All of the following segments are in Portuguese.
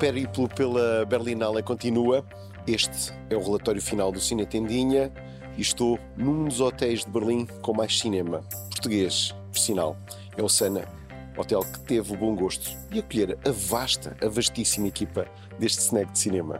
périplo pela Berlinale continua. Este é o relatório final do Cine Tendinha e estou num dos hotéis de Berlim com mais cinema português, por sinal. É o Sana, hotel que teve o bom gosto de acolher a vastíssima equipa deste snack de cinema.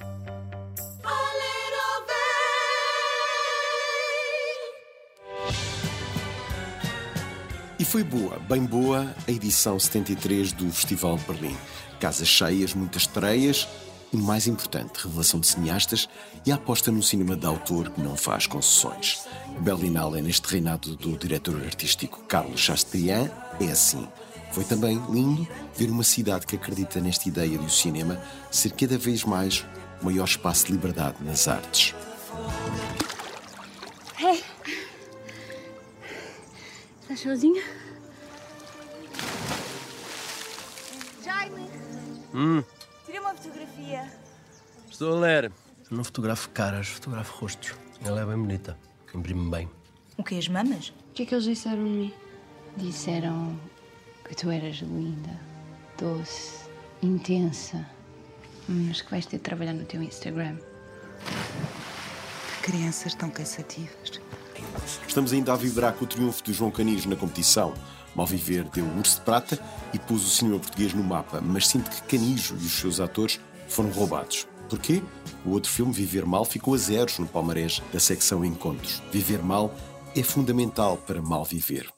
E foi boa, bem boa, a edição 73 do Festival de Berlim. Casas cheias, muitas estreias e, mais importante, revelação de cineastas e a aposta no cinema de autor que não faz concessões. A Berlinale, neste reinado do diretor artístico Carlos Chastrian, é assim. Foi também lindo ver uma cidade que acredita nesta ideia de o cinema ser cada vez mais o maior espaço de liberdade nas artes. Hey. Estás sozinha? Jaime! Tira uma fotografia. Estou a ler. Não fotografo caras, fotografo rostos. Ela é bem bonita. Imprime bem. O quê, as mamas? O que é que eles disseram de mim? Disseram que tu eras linda, doce, intensa, mas que vais ter de trabalhar no teu Instagram. Que crianças tão cansativas. Estamos ainda a vibrar com o triunfo do João Canijo na competição. Malviver deu o Urso de Prata e pôs o cinema português no mapa, mas sinto que Canijo e os seus atores foram roubados. Porquê? O outro filme, Viver Mal, ficou a zeros no palmarés da secção Encontros. Viver Mal é fundamental para mal viver.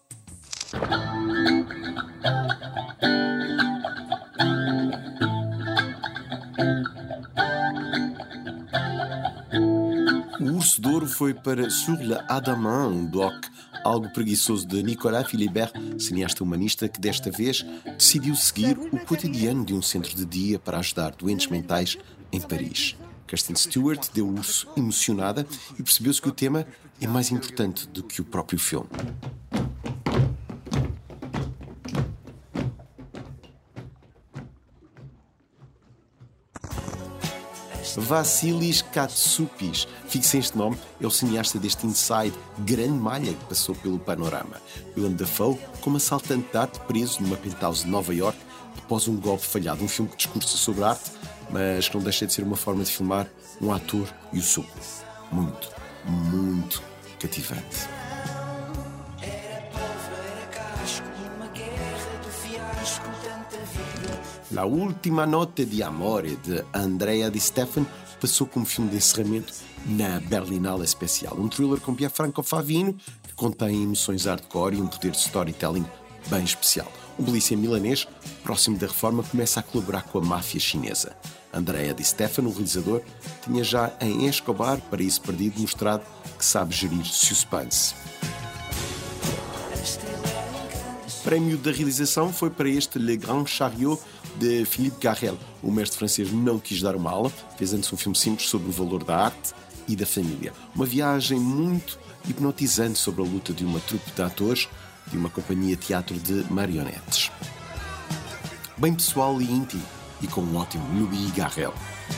O Urso de Ouro foi para Sur le Adamant, um doc algo preguiçoso de Nicolas Philibert, cineasta humanista que desta vez decidiu seguir o cotidiano de um centro de dia para ajudar doentes mentais em Paris. Kristen Stewart deu o Urso emocionada e percebeu-se que o tema é mais importante do que o próprio filme. Vassilis Katsoupis, fixem este nome, é o cineasta deste Inside, grande malha que passou pelo panorama. Willem Dafoe como assaltante de arte preso numa penthouse de Nova York após um golpe falhado. Um filme que discursa sobre arte, mas que não deixa de ser uma forma de filmar um ator e o sopro. Muito, muito cativante. La Última Notte di Amore, de Andrea Di Stefano, passou como filme de encerramento na Berlinale Especial. Um thriller com Pierfranco Favino, que contém emoções hardcore e um poder de storytelling bem especial. Um polícia milanês, próximo da reforma, começa a colaborar com a máfia chinesa. Andrea Di Stefano, o realizador, tinha já em Escobar, Paraíso Perdido, mostrado que sabe gerir suspense. O prémio da realização foi para este Le Grand Chariot de Philippe Garrel. O mestre francês não quis dar uma aula, fez antes um filme simples sobre o valor da arte e da família. Uma viagem muito hipnotizante sobre a luta de uma trupe de atores de uma companhia de teatro de marionetes. Bem pessoal e íntimo, e com um ótimo Louis Garrel.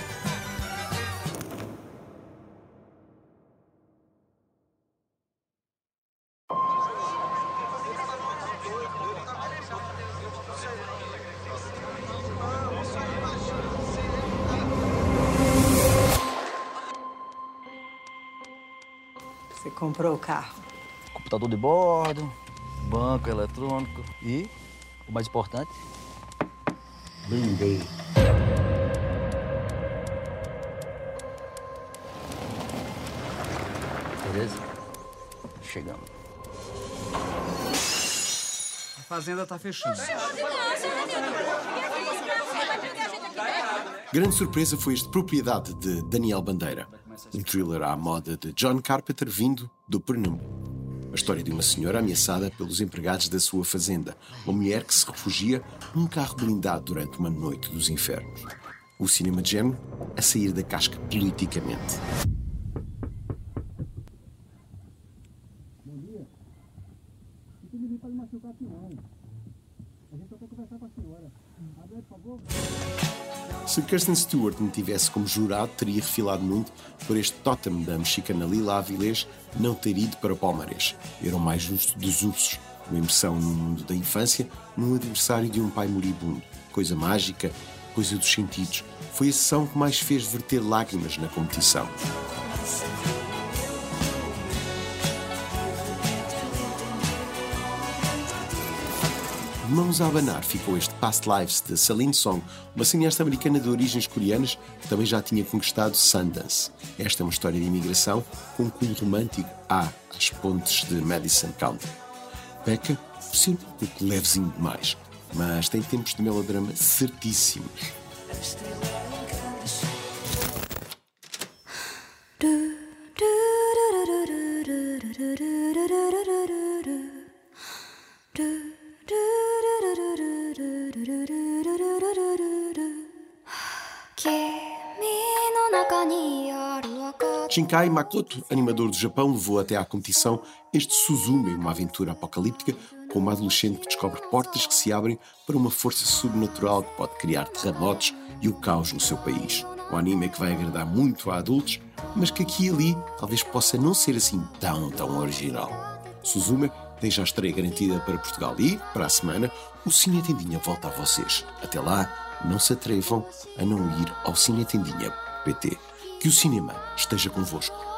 Você comprou o carro? Computador de bordo, banco eletrônico e, o mais importante, blindei. Beleza? Chegamos. A fazenda tá fechando. Grande surpresa foi este Propriedade, de Daniel Bandeira. Um thriller à moda de John Carpenter vindo do Pernambuco. A história de uma senhora ameaçada pelos empregados da sua fazenda. Uma mulher que se refugia num carro blindado durante uma noite dos infernos. O cinema de género a sair da casca politicamente. Bom dia. Eu não vim para machucar aqui não. A gente só quer conversar com a senhora. Abre, por favor. Se Kristen Stewart me tivesse como jurado, teria refilado muito por este tótem da mexicana Lila Avilés não ter ido para o palmarés. Era o mais justo dos ursos. Uma imersão no mundo da infância, num adversário de um pai moribundo. Coisa mágica Coisa dos Sentidos. Foi a sessão que mais fez verter lágrimas na competição. De mãos a abanar ficou este Past Lives de Celine Song, uma cineasta americana de origens coreanas que também já tinha conquistado Sundance. Esta é uma história de imigração com um cunho romântico às pontes de Madison County. Peca por ser um pouco levezinho demais, mas tem tempos de melodrama certíssimos. Shinkai Makoto, animador do Japão, levou até à competição este Suzume, uma aventura apocalíptica com uma adolescente que descobre portas que se abrem para uma força sobrenatural que pode criar terremotos e o caos no seu país. Um anime que vai agradar muito a adultos, mas que aqui e ali talvez possa não ser assim tão original. Suzume tem já estreia garantida para Portugal e, para a semana, o Cine Tendinha volta a vocês. Até lá, não se atrevam a não ir ao cinetendinha.pt. Que o cinema esteja convosco.